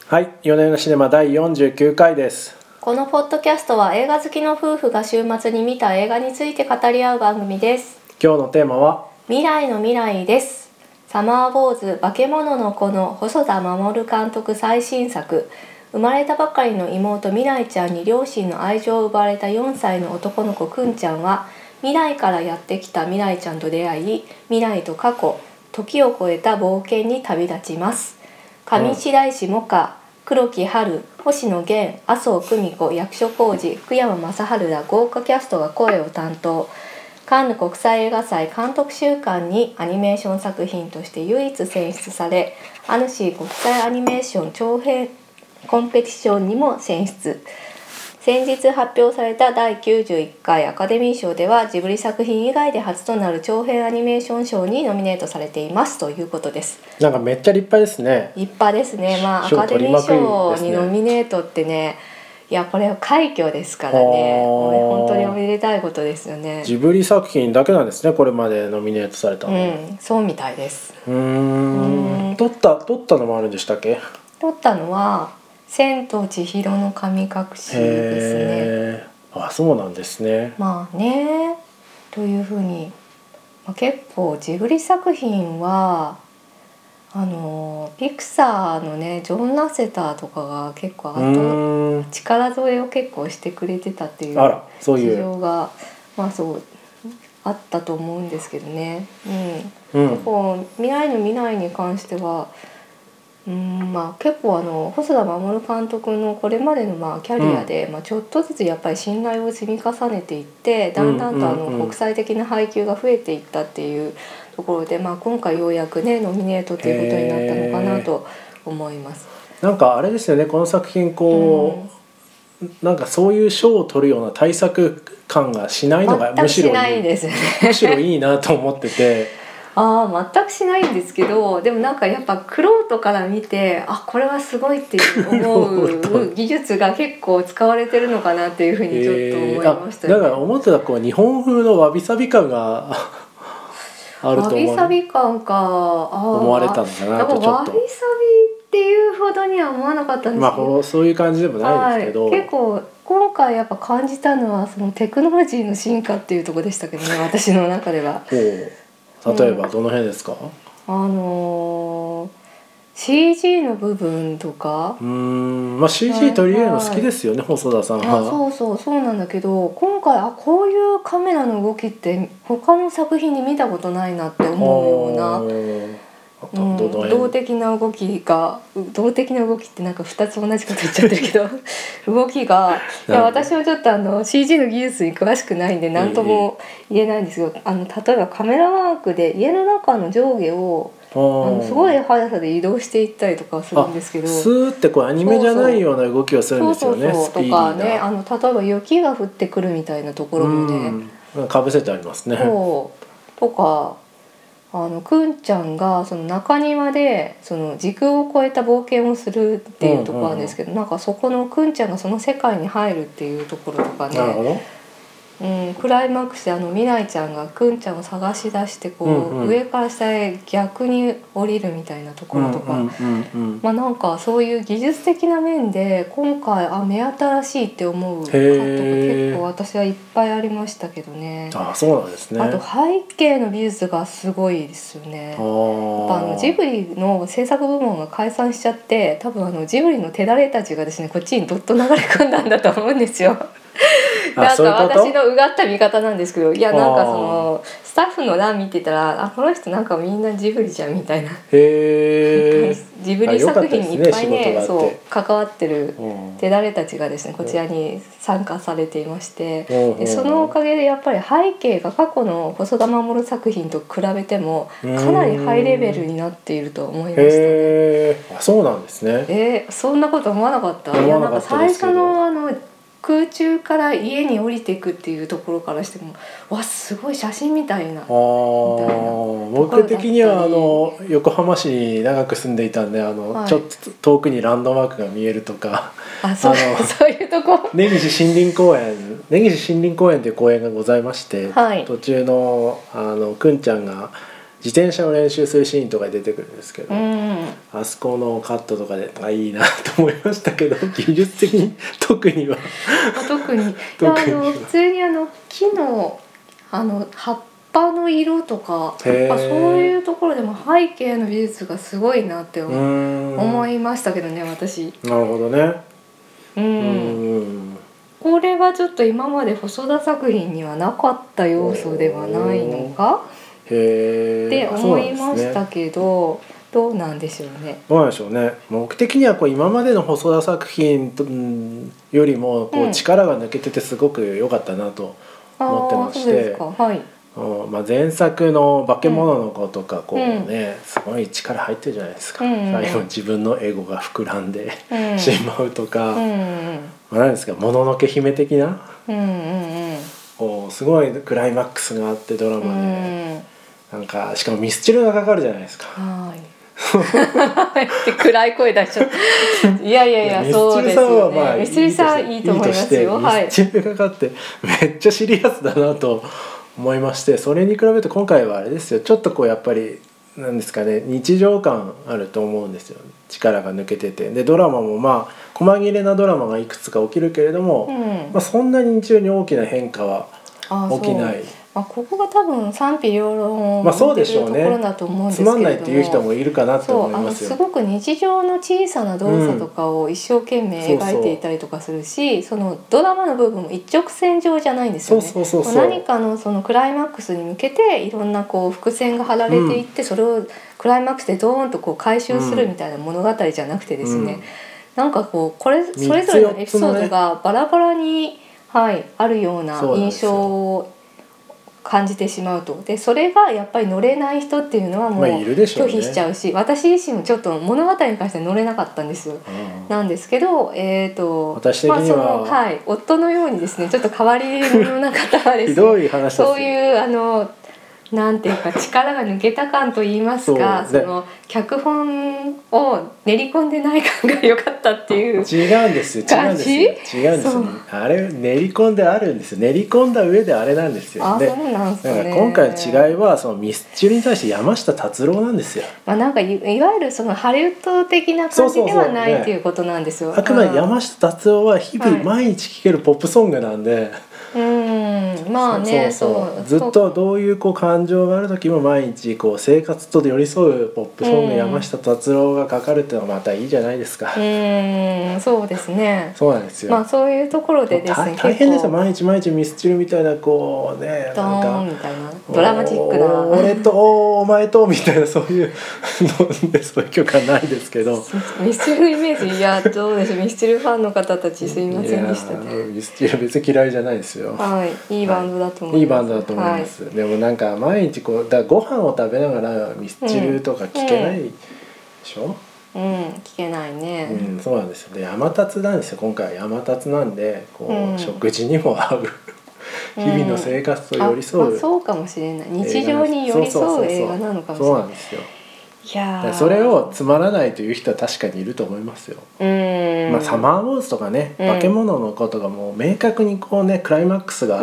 はい、夜な夜なシネマ第49回です。 このポッドキャストは映画好きの夫婦が週末に見た映画について語り合う番組です。 今日のテーマは未来の未来です。サマーウォーズ化け物の子の細田守監督最新作。生まれたばかりの妹未来ちゃんに両親の愛情を奪われた4歳の男の子くんちゃんは、未来からやってきた未来ちゃんと出会い、未来と過去、時を超えた冒険に旅立ちます。上白石萌歌、黒木華、星野源、麻生久美子、役所広司、福山雅治ら豪華キャストが声を担当。カンヌ国際映画祭監督週間にアニメーション作品として唯一選出され、アヌシー国際アニメーション長編コンペティションにも選出。先日発表された第91回アカデミー賞ではジブリ作品以外で初となる長編アニメーション賞にノミネートされていますということです。 なんかめっちゃ立派ですね。 立派ですね。アカデミー賞にノミネートってね、いやこれは快挙ですからね。本当におめでたいことですよね。 ジブリ作品だけなんですね、これまでノミネートされたの。 そうみたいです。 取ったのもあるんでしたっけ？ 取ったのは千と千尋の神隠しですね。 あ、そうなんですね。 というふうに、結構ジブリ作品はピクサーのねジョン・ラセターとかが結構力添えを結構してくれてたっていう事情がそうあったと思うんですけどね。結構未来の未来に関しては結構細田守監督のこれまでのキャリアで、ちょっとずつやっぱり信頼を積み重ねていって、だんだんと国際的な配給が増えていったっていうところで、今回ようやくねノミネートということになったのかなと思います。 なんかあれですよね、この作品なんかそういう賞を取るような対策感がしないのがむしろいいなと思ってて。 全くしないんですけど、でもなんかやっぱ玄人から見てこれはすごいって思う技術が結構使われてるのかなっていうふうにちょっと思いましたね。 だから思ってた日本風のわびさび感があるとわびさび感か思われたのかなとちょっと。 わびさびっていうほどには思わなかったんですけど、 そういう感じでもないですけど、 結構今回やっぱ感じたのはそのテクノロジーの進化っていうところでしたけどね、私の中では。 例えばどの辺ですか ？CG の部分とか CG 取り入れるの好きですよね、細田さんは。 そうなんだけど、今回こういうカメラの動きって他の作品に見たことないなって思うような動的な動きってなんか2つ同じこと言っちゃってるけど動きが私はちょっとCG の技術に詳しくないんで何とも言えないんですけど、例えばカメラワークで家の中の上下をすごい速さで移動していったりとかするんですけど、 スーってアニメじゃないような動きをするんですよね。スピーディーなとかね、例えば雪が降ってくるみたいなところもねかぶせてありますね。 とかくんちゃんがその中庭でその時空を超えた冒険をするっていうところなんですけど、なんかそこのくんちゃんがその世界に入るっていうところとかね、クライマックスで未来ちゃんがくんちゃんを探し出して上から下へ逆に降りるみたいなところとか、なんかそういう技術的な面で今回目新しいって思うカットが結構私はいっぱいありましたけどね。 そうなんですね。 あと背景の美術がすごいですよね。ジブリの制作部門が解散しちゃって、多分ジブリの手だれたちがですねこっちにどっと流れ込んだんだと思うんですよ。なんか私のうがった見方なんですけど、なんかそのスタッフの欄見てたらこの人なんかみんなジブリじゃんみたいなジブリ作品にいっぱいね関わってる手だれたちがですねこちらに参加されていまして、でそのおかげでやっぱり背景が過去の細田守作品と比べてもかなりハイレベルになっていると思いましたね。 そうなんですね。 そんなこと思わなかった。なんか最初の空中から家に降りていくっていうところからしてもすごい写真みたいな僕的には横浜市に長く住んでいたんでちょっと遠くにランドマークが見えるとかそういうとこ根岸森林公園という公園がございまして、途中のくんちゃんが自転車を練習するシーンとかで出てくるんですけど、 うんあそこのカットとかでいいなと思いましたけど技術的に特には特に特に普通に木の葉っぱの色とかそういうところでも背景の美術がすごいなって思いましたけどね私。 なるほどね。 これはちょっと今まで細田作品にはなかった要素ではないのかって思いましたけど、どうなんでしょうね。 どうなんでしょうね。目的には今までの細田作品よりも力が抜けててすごく良かったなと思ってまして、前作の化け物の子とかすごい力入ってるじゃないですか。最後自分のエゴが膨らんでしまうとか、何ですか、もののけ姫的な、すごいクライマックスがあってドラマで、なんかしかもミスチルがかかるじゃないですか。って暗い声出しちゃった。いやそうですよね。ミスチルさんはいいと思いますよ。 ミスチルがかかってめっちゃシリアスだなと思いまして、それに比べると今回はあれですよ、ちょっとやっぱりなんですかね、日常感あると思うんですよ。力が抜けてて、でドラマも細切れなドラマがいくつか起きるけれども、そんなに日常に大きな変化は起きない。 ここが多分賛否両論を持っているところだと思うんですけれども、 つまんないっていう人もいるかなと思いますよ。 すごく日常の小さな動作とかを一生懸命描いていたりとかするし、そのドラマの部分も一直線上じゃないんですよね。何かのそのクライマックスに向けていろんな伏線が張られていって、それをクライマックスでドーンと回収するみたいな物語じゃなくてですね、なんかそれぞれのエピソードがバラバラに、あるような印象を感じてしまうと。でそれがやっぱり乗れない人っていうのはもう拒否しちゃうし、私自身もちょっと物語に関しては乗れなかったんですよ。なんですけど、 私的には、 夫のようにですね、ちょっと変わり者な方はですねひどい話ですよ。 そういうなんていうか力が抜けた感と言いますか、その脚本を練り込んでない感が良かったっていう感じ。 違うんですよ。あれ練り込んであるんですよ。練り込んだ上であれなんですよ。 そうなんですかね。 だから今回の違いはそのミスチルに対して山下達郎なんですよ。 なんかいわゆるそのハリウッド的な感じではないっていうことなんですよ。 あくまで山下達郎は日々毎日聴けるポップソングなんで。ずっとどういう感情がある時も毎日生活と寄り添うポップソング、山下達郎がかかるっていうのはまたいいじゃないですか。 そうですね。 そうなんですよ。 そういうところでですね、 大変ですよ。毎日ミスチルみたいななんかドーンみたいなドラマチックな俺とお前とみたいなそういうのでそういう曲はないですけど。 ミスチルのイメージ、どうでしょう。ミスチルファンの方たちすいませんでしたね。 ミスチル別に嫌いじゃないですよ。 いいバンドだと思います。 いいバンドだと思います。でもなんか毎日ご飯を食べながらミスチルとか聞けないでしょ。 聞けないね。 そうなんですよ。で山達なんですよ。今回は山達なんで食事にも合う日々の生活と寄り添う。 そうかもしれない。日常に寄り添う映画なのかもしれない。 そうなんですよ。それをつまらないという人は確かにいると思いますよ。サマーウォーズとかね、化け物の子とかも明確にクライマックスがあって、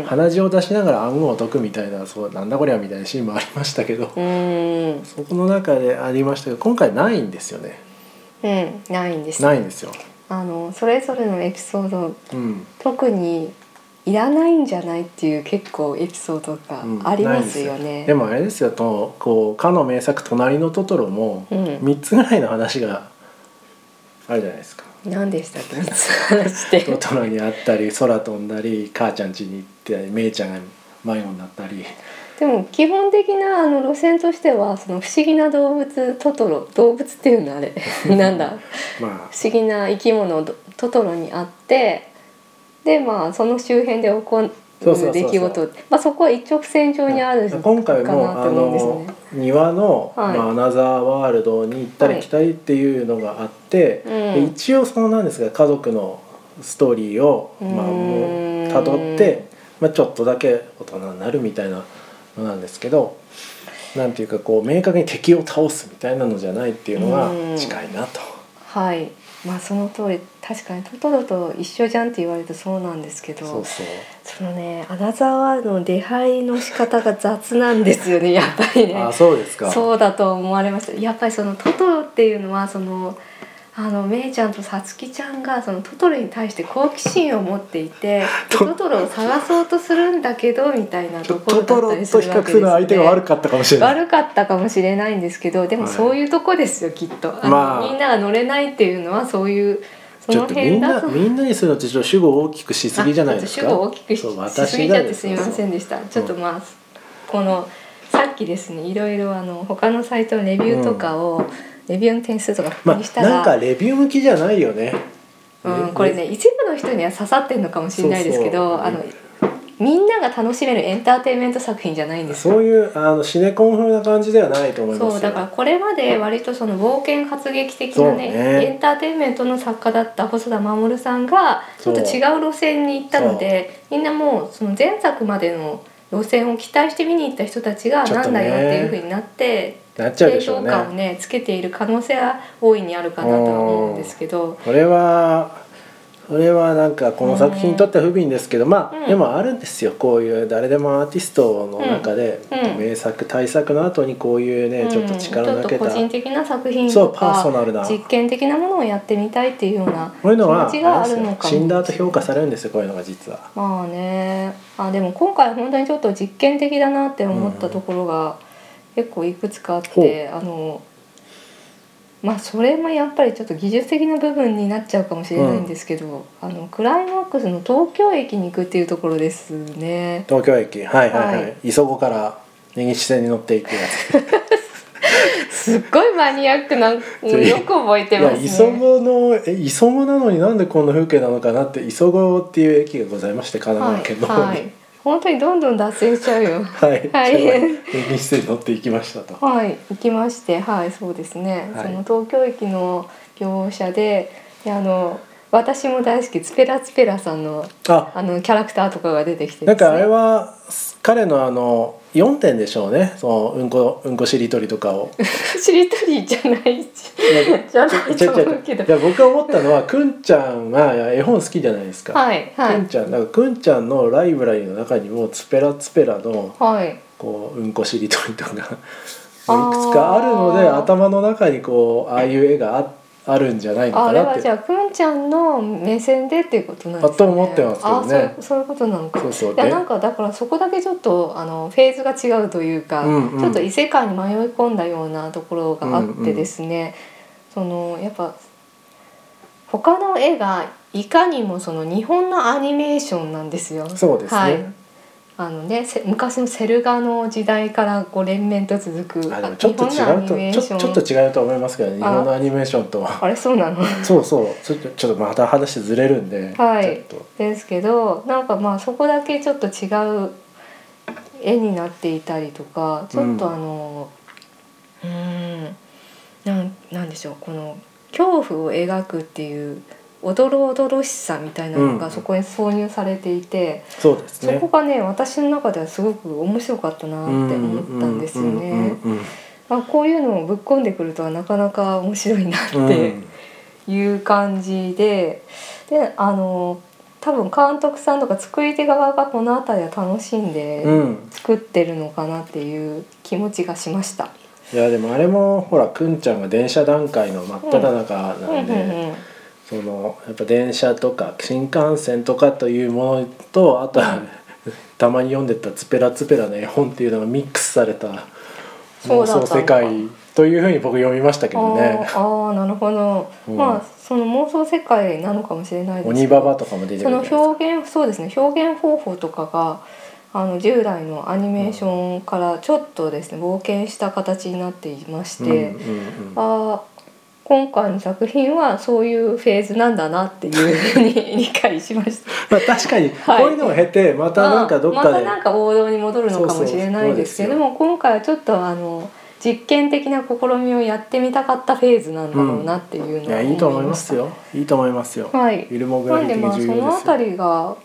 鼻血を出しながら暗号を解くみたいな、なんだこりゃみたいなシーンもありましたけど、そこの中でありましたけど今回ないんですよね。 ないんです。 ないんですよ。 それぞれのエピソード、特にいらないんじゃないっていう結構エピソードがありますよね。 でもあれですよ、かの名作「隣のトトロ」も3つぐらいの話があるじゃないですか。 何でしたっけ、3つ話ってトトロに会ったり空飛んだり母ちゃん家に行ってメイちゃんが迷子になったり。 でも基本的な路線としてはその不思議な動物トトロ、動物っていうのあれなんだ、不思議な生き物トトロに会って、でその周辺で起こる出来事、そこは一直線上にあるかなと思うんですね。 今回も庭の、アナザーワールドに行ったり来たりっていうのがあって、一応なんですが家族のストーリーをたどって、ちょっとだけ大人になるみたいなのなんですけど、なんていうか明確に敵を倒すみたいなのじゃないっていうのが近いなと。 はい、まあその通り、確かにトトロと一緒じゃんって言われるとそうなんですけど、そのね、アナザーワールドの出会いの仕方が雑なんですよね、やっぱりね。 そうですか。 そうだと思われました。やっぱりそのトトロっていうのはめいちゃんとさつきちゃんがそのトトロに対して好奇心を持っていてトトロを探そうとするんだけどみたいなところだったりするわけですね。トトロと比較する相手が悪かったかもしれない。悪かったかもしれないんですけど、でもそういうとこですよ、きっと。みんなが乗れないっていうのはそういうその辺だと。みんなにするのって主語を大きくしすぎじゃないですか。主語を大きくしすぎちゃってすみませんでした。ちょっとこのさっきですね、いろいろ他のサイトのレビューとかを、レビューの点数とか確認したら、 なんかレビュー向きじゃないよね。 これね、一部の人には刺さってるのかもしれないですけど、みんなが楽しめるエンターテインメント作品じゃないんですよ。そういうシネコン風な感じではないと思いますよ。そうだからこれまで割とその冒険活劇的なねエンターテインメントの作家だった細田守さんがちょっと違う路線に行ったので、みんなもうその前作までの路線を期待して見に行った人たちがなんだよっていう風になって低評価をねつけている可能性は大いにあるかなとは思うんですけど、 それはなんかこの作品にとっては不憫ですけど、でもあるんですよ、こういう誰でもアーティストの中で、名作大作の後にこういうね、ちょっと力の抜けた、 ちょっと個人的な作品とかパーソナルな実験的なものをやってみたいっていうような気持ちがあるのかも。 死んだ後評価されるんですよ、こういうのが実は。 まあね、でも今回本当にちょっと実験的だなって思ったところが結構いくつかあって、それもやっぱりちょっと技術的な部分になっちゃうかもしれないんですけど、クライマックスの東京駅に行くっていうところですね。 東京駅、磯子から根岸線に乗っていくやつすっごいマニアックな、よく覚えてますね。 磯子なのになんでこんな風景なのかなって、磯子っていう駅がございまして、神奈川県の方に、 本当にどんどん脱線しちゃうよ。 根岸線に乗って行きましたと。 行きまして、そうですね、その東京駅の描写で、私も大好きツペラツペラさんのキャラクターとかが出てきてですね、 なんかあれは彼の4点でしょうね、そのうんこしりとりとかをしりとりじゃないじゃないと思うけど、 僕が思ったのは、くんちゃんは絵本好きじゃないですか。くんちゃんのライブラリーの中にもツペラツペラのこううんこしりとりとかいくつかあるので、頭の中にこうああいう絵があるんじゃないのかなって。あれはじゃあくんちゃんの目線でっていうことなんですかね。 と思ってますけどね。 そういうことなのか。なんかだからそこだけちょっとフェーズが違うというか、ちょっと異世界に迷い込んだようなところがあってですね、やっぱ他の絵がいかにもその日本のアニメーションなんですよ。 そうですね。 昔のセル画の時代から連綿と続くちょっと違うと思いますけど、日本のアニメーションとは。 あれそうなのちょっとまた話ずれるんで、 ですけど、なんかそこだけちょっと違う絵になっていたりとか、ちょっとなんでしょう、この恐怖を描くっていうおどろおどろしさみたいなのがそこに挿入されていて、 そうですね、 そこがね私の中ではすごく面白かったなって思ったんですよね。こういうのをぶっ込んでくるとはなかなか面白いなっていう感じで、多分監督さんとか作り手側がこの辺りは楽しんで作ってるのかなっていう気持ちがしました。 いやでもあれもほらくんちゃんが電車段階の真っ只中なんで、やっぱ電車とか新幹線とかというものと、あとはたまに読んでたツペラツペラの絵本っていうのがミックスされた妄想世界というふうに僕読みましたけどね。 なるほど、その妄想世界なのかもしれないですけど、 鬼ババとかも出てくる。 その表現方法とかが従来のアニメーションからちょっとですね冒険した形になっていまして、今回の作品はそういうフェーズなんだなっていうふうに理解しました。 確かにこういうのを経てまたなんかどっかで、 またなんか王道に戻るのかもしれないですけども、今回はちょっと実験的な試みをやってみたかったフェーズなんだろうなっていうのは思いました。 いいと思いますよ。いいと思いますよ。フィルモグラフィー的に重要ですよ。 なんでそのあたりが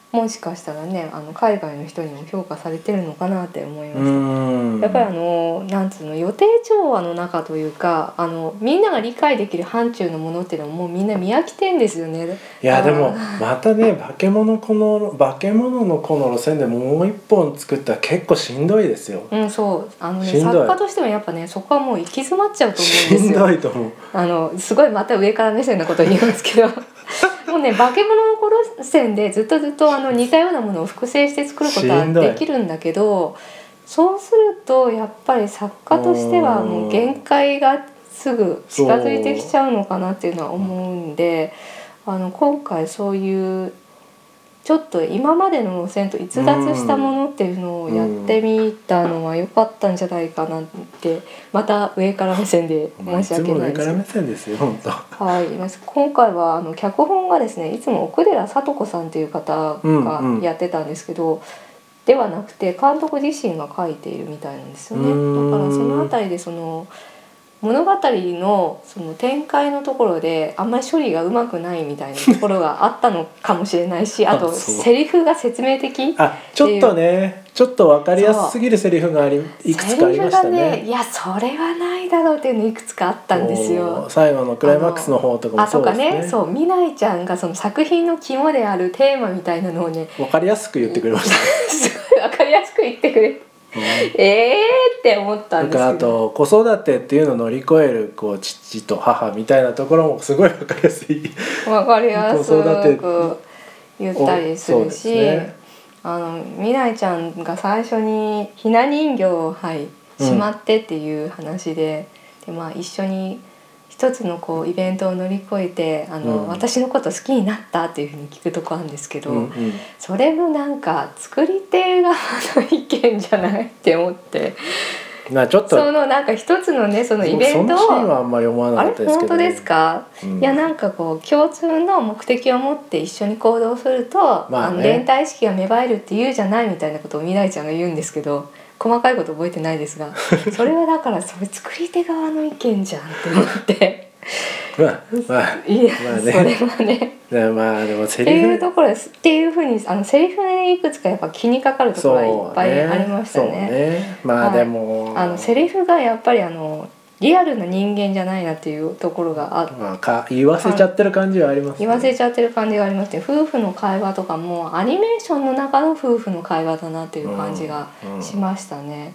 もしかしたらね海外の人にも評価されてるのかなって思いました。やっぱりなんつうの予定調和の中というかみんなが理解できる範疇のものっていうのはもうみんな見飽きてんですよね。 いやでもまたね化け物の子の路線でもう一本作ったら結構しんどいですよ。 そう作家としてもやっぱねそこはもう行き詰まっちゃうと思うんですよ。 しんどいと思う。 すごいまた上から目線なこと言いますけどもうね化け物の子路線でずっと似たようなものを複製して作ることはできるんだけど、そうするとやっぱり作家としてはもう限界がすぐ近づいてきちゃうのかなっていうのは思うんで、今回そういうちょっと今までの路線と逸脱したものっていうのをやってみたのは良かったんじゃないかなってまた上から目線で申し訳ないですけど、 いつも上から目線ですよ本当。 はい、今回は脚本がですねいつも奥寺聡子さんっていう方がやってたんですけど、ではなくて監督自身が書いているみたいなんですよね。だからそのあたりで物語のその展開のところであんまり処理がうまくないみたいなところがあったのかもしれないし、あとセリフが説明的ちょっとねちょっと分かりやすすぎるセリフがいくつかありましたね。セリフがねいやそれはないだろうっていうのいくつかあったんですよ。 最後のクライマックスの方とかもそうですね。 とかね、そう未来ちゃんがその作品の肝であるテーマみたいなのをね分かりやすく言ってくれましたすごい分かりやすく言ってくれって思ったんですけど、 あと子育てっていうのを乗り越える父と母みたいなところもすごい分かりやすい分かりやすく言ったりするし、未来ちゃんが最初にひな人形をしまってっていう話で、一緒に一つのイベントを乗り越えて私のこと好きになったっていうふうに聞くとこあるんですけど、それもなんか作り手側の意見じゃないって思って、 ちょっとなんか一つのねそのイベントをそのシーンはあんまり思わなかったですけど、 本当ですか？いやなんか共通の目的を持って一緒に行動すると、連帯意識が芽生えるって言うじゃないみたいなことを未来ちゃんが言うんですけど、細かいこと覚えてないですがそれはだからそれ作り手側の意見じゃんって思っていや、それはねでもセリフっていうところですっていうふうにセリフにいくつかやっぱ気にかかるところがいっぱいありましたね。 でもセリフがやっぱりリアルな人間じゃないなっていうところが言わせちゃってる感じはありますね。 言わせちゃってる感じがありまして、夫婦の会話とかもアニメーションの中の夫婦の会話だなっていう感じがしましたね。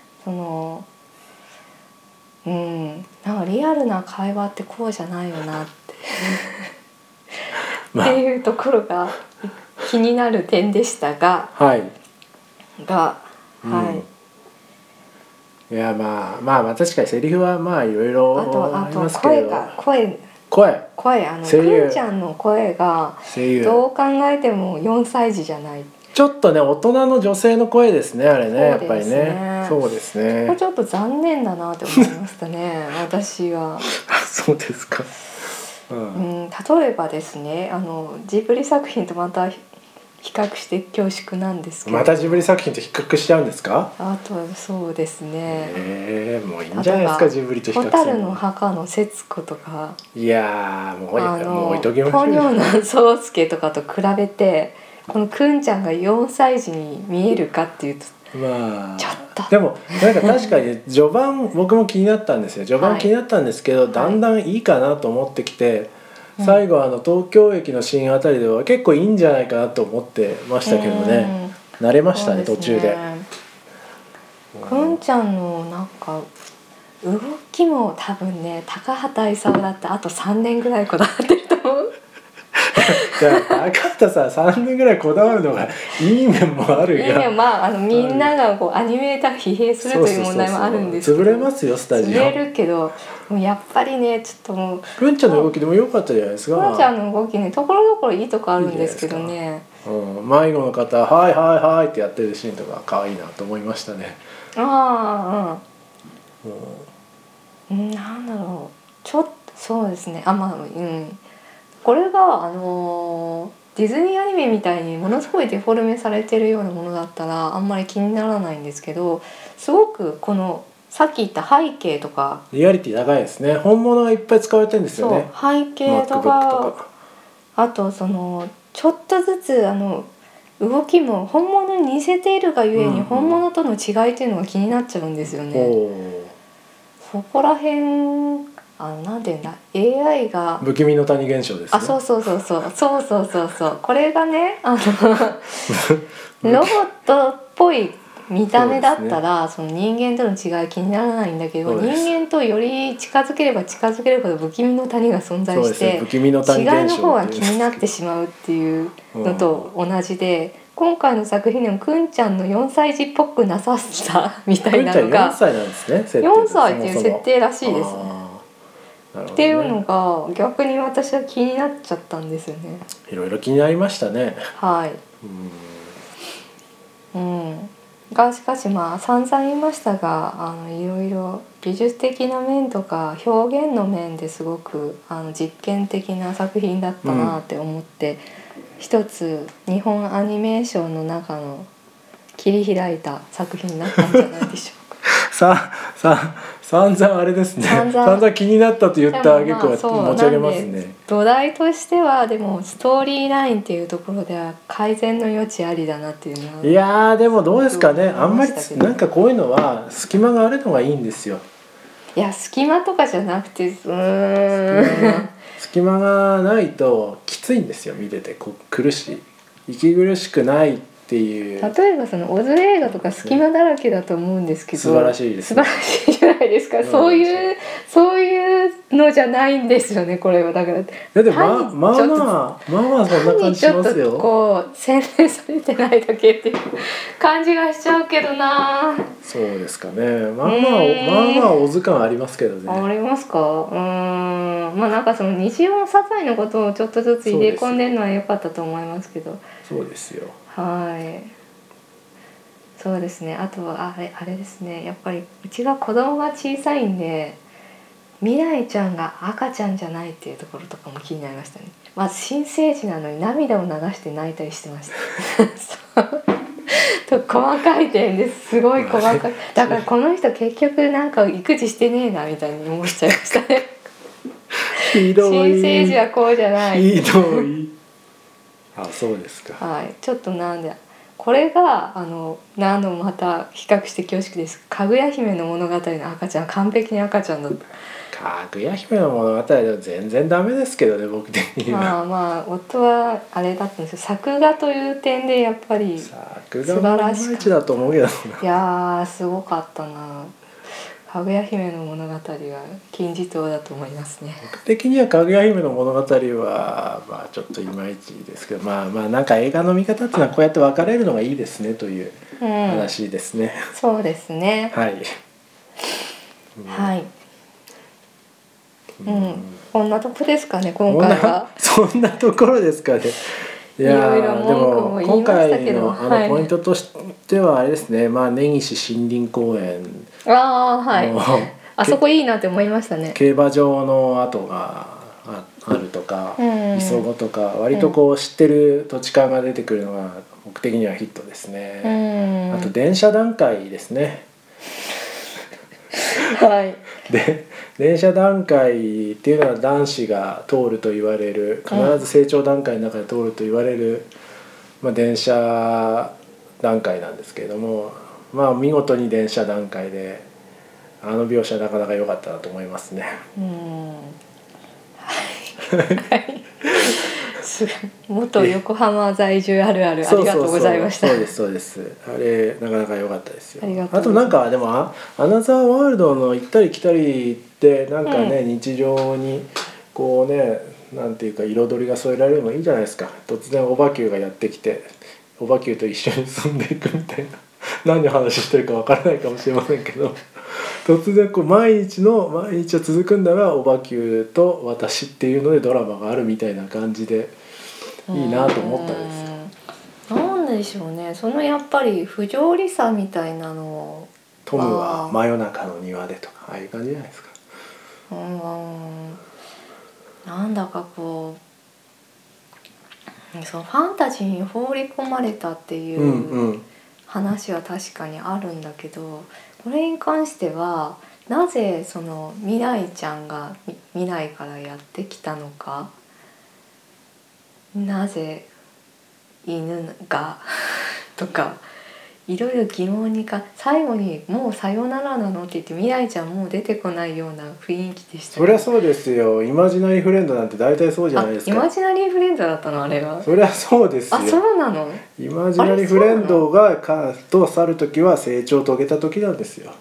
なんかリアルな会話ってこうじゃないよなってっていうところが気になる点でしたが、 いや確かにセリフはいろいろありますけど、 声くんちゃんの声がどう考えても4歳児じゃない。 ちょっとね大人の女性の声ですねあれね、やっぱりね。そうですね。 これちょっと残念だなって思いましたね私は。 そうですか。 例えばですねジブリ作品とまた比較して恐縮なんですけど、 またジブリ作品と比較しちゃうんですか？ あとそうですね、 もういいんじゃないですかジブリと比較するの。 蛍の墓の節子とか、 いやもう置いときましょう。 ポニョの宗介とかと比べてこのくんちゃんが4歳児に見えるかっていうとちょっとでもなんか確かに序盤僕も気になったんですよ。序盤気になったんですけど、だんだんいいかなと思ってきて、最後東京駅のシーンあたりでは結構いいんじゃないかなと思ってましたけどね。慣れましたね途中で。 くんちゃんのなんか動きも多分ね高畑勲だってあと3年ぐらいこだわってると思う。 高畑さん3年ぐらいこだわるのがいい面もあるが、 みんながアニメーター疲弊するという問題もあるんですけど、 潰れますよスタジオ。 潰れるけどもうやっぱりねちょっともうくんちゃんの動きでも良かったじゃないですか。 くんちゃんの動きねところどころいいとこあるんですけどね。 迷子の方はいはいはいってやってるシーンとか可愛いなと思いましたね。 なんだろうちょっとそうですねこれがディズニーアニメみたいにものすごいデフォルメされてるようなものだったらあんまり気にならないんですけど、すごくこのさっき言った背景とかリアリティ高いですね。本物がいっぱい使われてるんですよね。 背景とかあとちょっとずつ動きも本物に似せているがゆえに本物との違いっていうのが気になっちゃうんですよね。そこら辺なんていうんだ AI が不気味の谷現象ですね。 そうこれがねロボットっぽい見た目だったら その人間との違い気にならないんだけど、人間とより近づければ近づけるほど不気味の谷が存在して、違いの方が気になってしまうっていうのと同じで、今回の作品でもくんちゃんの4歳児っぽくなささみたいなのが 4歳なんですね、設定。 4歳っていう設定らしいですね。っていうのが逆に私は気になっちゃったんですよね。 いろいろ気になりましたね。 はい。がしかし散々言いましたがいろいろ美術的な面とか表現の面ですごく実験的な作品だったなって思って、一つ日本アニメーションの中の切り開いた作品になったんじゃないでしょうか。 散々あれですね。散々気になったと言った挙句は持ち上げますね。 土台としてはでもストーリーラインっていうところでは改善の余地ありだなっていうのは。 いやでもどうですかね。あんまりなんかこういうのは隙間があるのがいいんですよ。 いや隙間とかじゃなくて隙間がないときついんですよ、見てて苦しい、息苦しくないっていう。 例えばそのオズ映画とか隙間だらけだと思うんですけど、 素晴らしいですね。 素晴らしいじゃないですか。そういうのじゃないんですよね、これは。だからまあそんな感じしますよ。 こう洗練されてないだけっていう感じがしちゃうけどな。 そうですかね。まあオズ感ありますけどね。 ありますか。なんかその日常の些細なことをちょっとずつ入れ込んでるのは良かったと思いますけど。 そうですよ。 はい。そうですね。あとはあれですね。やっぱりうちが子供が小さいんで、未来ちゃんが赤ちゃんじゃないっていうところとかも気になりましたね。まず新生児なのに涙を流して泣いたりしてました。と細かい点ですごい細かい。だからこの人結局なんか育児してねえなみたいに思っちゃいましたね。 ひどい。 新生児はこうじゃない。 ひどい。あ、そうですか。 はい。ちょっとこれが何度もまた比較して恐縮です。かぐや姫の物語の赤ちゃん完璧に赤ちゃんだった。 かぐや姫の物語では全然ダメですけどね、僕的には。 夫はあれだったんですよ。作画という点でやっぱり素晴らしい。いまいちだと思うけどな。 いやすごかったな。かぐや姫の物語は金字塔だと思いますね。 僕的にはかぐや姫の物語はちょっといまいちですけど、なんか映画の見方っていうのはこうやって分かれるのがいいですねという話ですね。 そうですね。 はい。 はい。こんなとこですかね今回は。 そんなところですかね。いやでも今回のポイントとしてはあれですね。根岸森林公園。 はい。あそこいいなって思いましたね。 競馬場の跡があるとか、磯子とか割とこう知ってる土地感が出てくるのが僕的にはヒットですね。あと電車段階ですね。 はい。 で電車段階っていうのは男子が通ると言われる、必ず成長段階の中で通ると言われる、電車段階なんですけれども、見事に電車段階で描写なかなか良かったなと思いますね。 はい元横浜在住あるあるありがとうございました。 そうです。あれなかなか良かったですよ。あとなんかでもアナザーワールドの行ったり来たりってなんかね、日常にこうね、なんていうか彩りが添えられるのがいいじゃないですか。突然オバキューがやってきてオバキューと一緒に住んでいくみたいな何の話してるかわからないかもしれませんけど突然こう毎日は続くんだがオバキューと私っていうのでドラマがあるみたいな感じでいいなと思ったんですよ。 なんでしょうね。そのやっぱり不条理さみたいなのをトムは真夜中の庭でとかああいう感じじゃないですか。 なんだかこうそのファンタジーに放り込まれたっていう話は確かにあるんだけど、これに関してはなぜその未来ちゃんが未来からやってきたのか、なぜ犬がとかいろいろ疑問に最後にもうさよならなのって言って未来ちゃんもう出てこないような雰囲気でした、 そりゃそうですよ。イマジナリーフレンドなんて大体そうじゃないですか。 イマジナリーフレンドだったのあれが。 そりゃそうですよ。 そうなの。 イマジナリーフレンドがと去る時は成長を遂げた時なんですよ。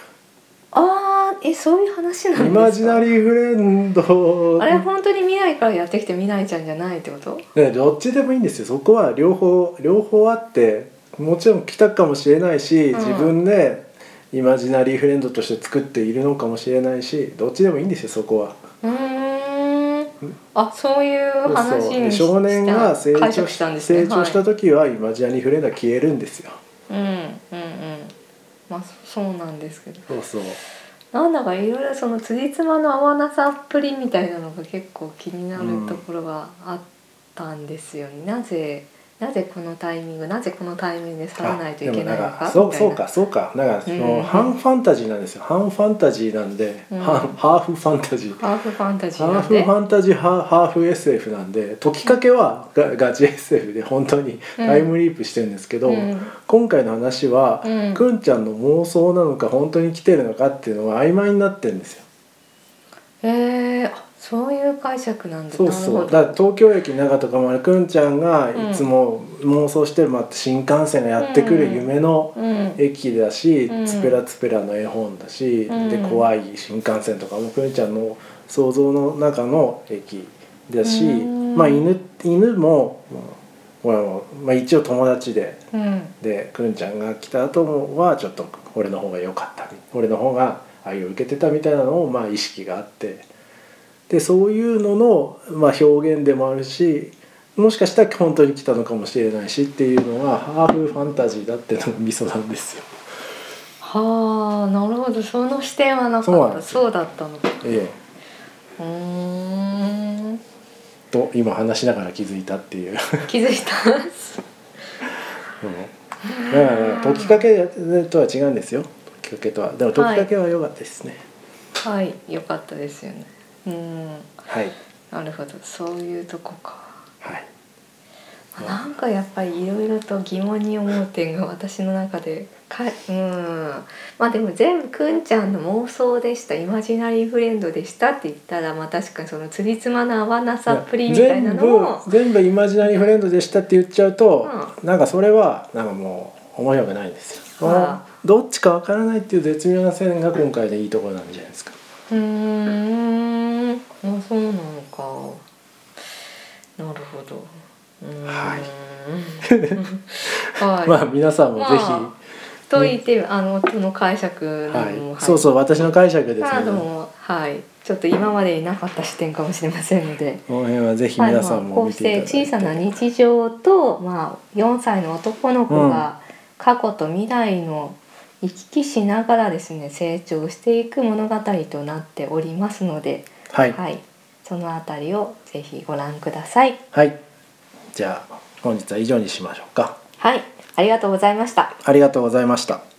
そういう話なんですか。 イマジナリーフレンドあれ本当に未来からやってきて未来ちゃんじゃないってこと？ ね、どっちでもいいんですよ。そこは両方あって、もちろん来たかもしれないし、自分でイマジナリーフレンドとして作っているのかもしれないし、どっちでもいいんですよそこは。 そういう話にした少年が成長した時はイマジナリーフレンドは消えるんですよ。 まあそうなんですけど。 そう。 なんだかいろいろその辻褄の合わなさっぷりみたいなのが結構気になるところがあったんですよね。なぜこのタイミングで去らないといけないのかみたいな。 そうか。だからその半ファンタジーなんですよ。半ファンタジーなんで、ハーフファンタジー。 ハーフファンタジーハーフファンタジーハーフ SF なんで、解きかけはガチ SF で本当にタイムリープしてるんですけど、今回の話は、くんちゃんの妄想なのか本当に来てるのかっていうのは曖昧になってるんですよ。 そういう解釈なんだ。 そうだから東京駅の中とかもくんちゃんがいつも妄想してる新幹線がやってくる夢の駅だし、ツペラツペラの絵本だし、で怖い新幹線とかもくんちゃんの想像の中の駅だし、犬も一応友達で、でくんちゃんが来た後はちょっと俺の方が良かった、俺の方が愛を受けてたみたいなのを意識があって、でそういうのの表現でもあるし、もしかしたら本当に来たのかもしれないしっていうのがハーフファンタジーだっていうのがミソなんですよ。 はあ、なるほど。その視点はなかった。そうだったのか。 と今話しながら気づいたっていう。 気づいた。 だから解きかけとは違うんですよ。解きかけとは。でも解きかけは良かったですね。 はい、良かったですよね。 はい。 なるほど、そういうとこか。 はい。 なんかやっぱりいろいろと疑問に思う点が私の中ででも全部くんちゃんの妄想でした、イマジナリーフレンドでしたって言ったら、確かにそのつりつまの合わなさっぷりみたいなのも全部イマジナリーフレンドでしたって言っちゃうと、なんかそれはなんかもう面白くないんですよ。どっちかわからないっていう絶妙な線が今回でいいところなんじゃないですか。 そうなのか。なるほど。 はい。皆さんもぜひ。 と言って夫の解釈なのも、 そう私の解釈ですね。 ちょっと今までになかった視点かもしれませんので、 この辺はぜひ皆さんも見ていただいて。 こうして小さな日常と、4歳の男の子が過去と未来の行き来しながらですね、成長していく物語となっておりますので、そのあたりをぜひご覧ください。 じゃあ本日は以上にしましょうか。 ありがとうございました。 ありがとうございました。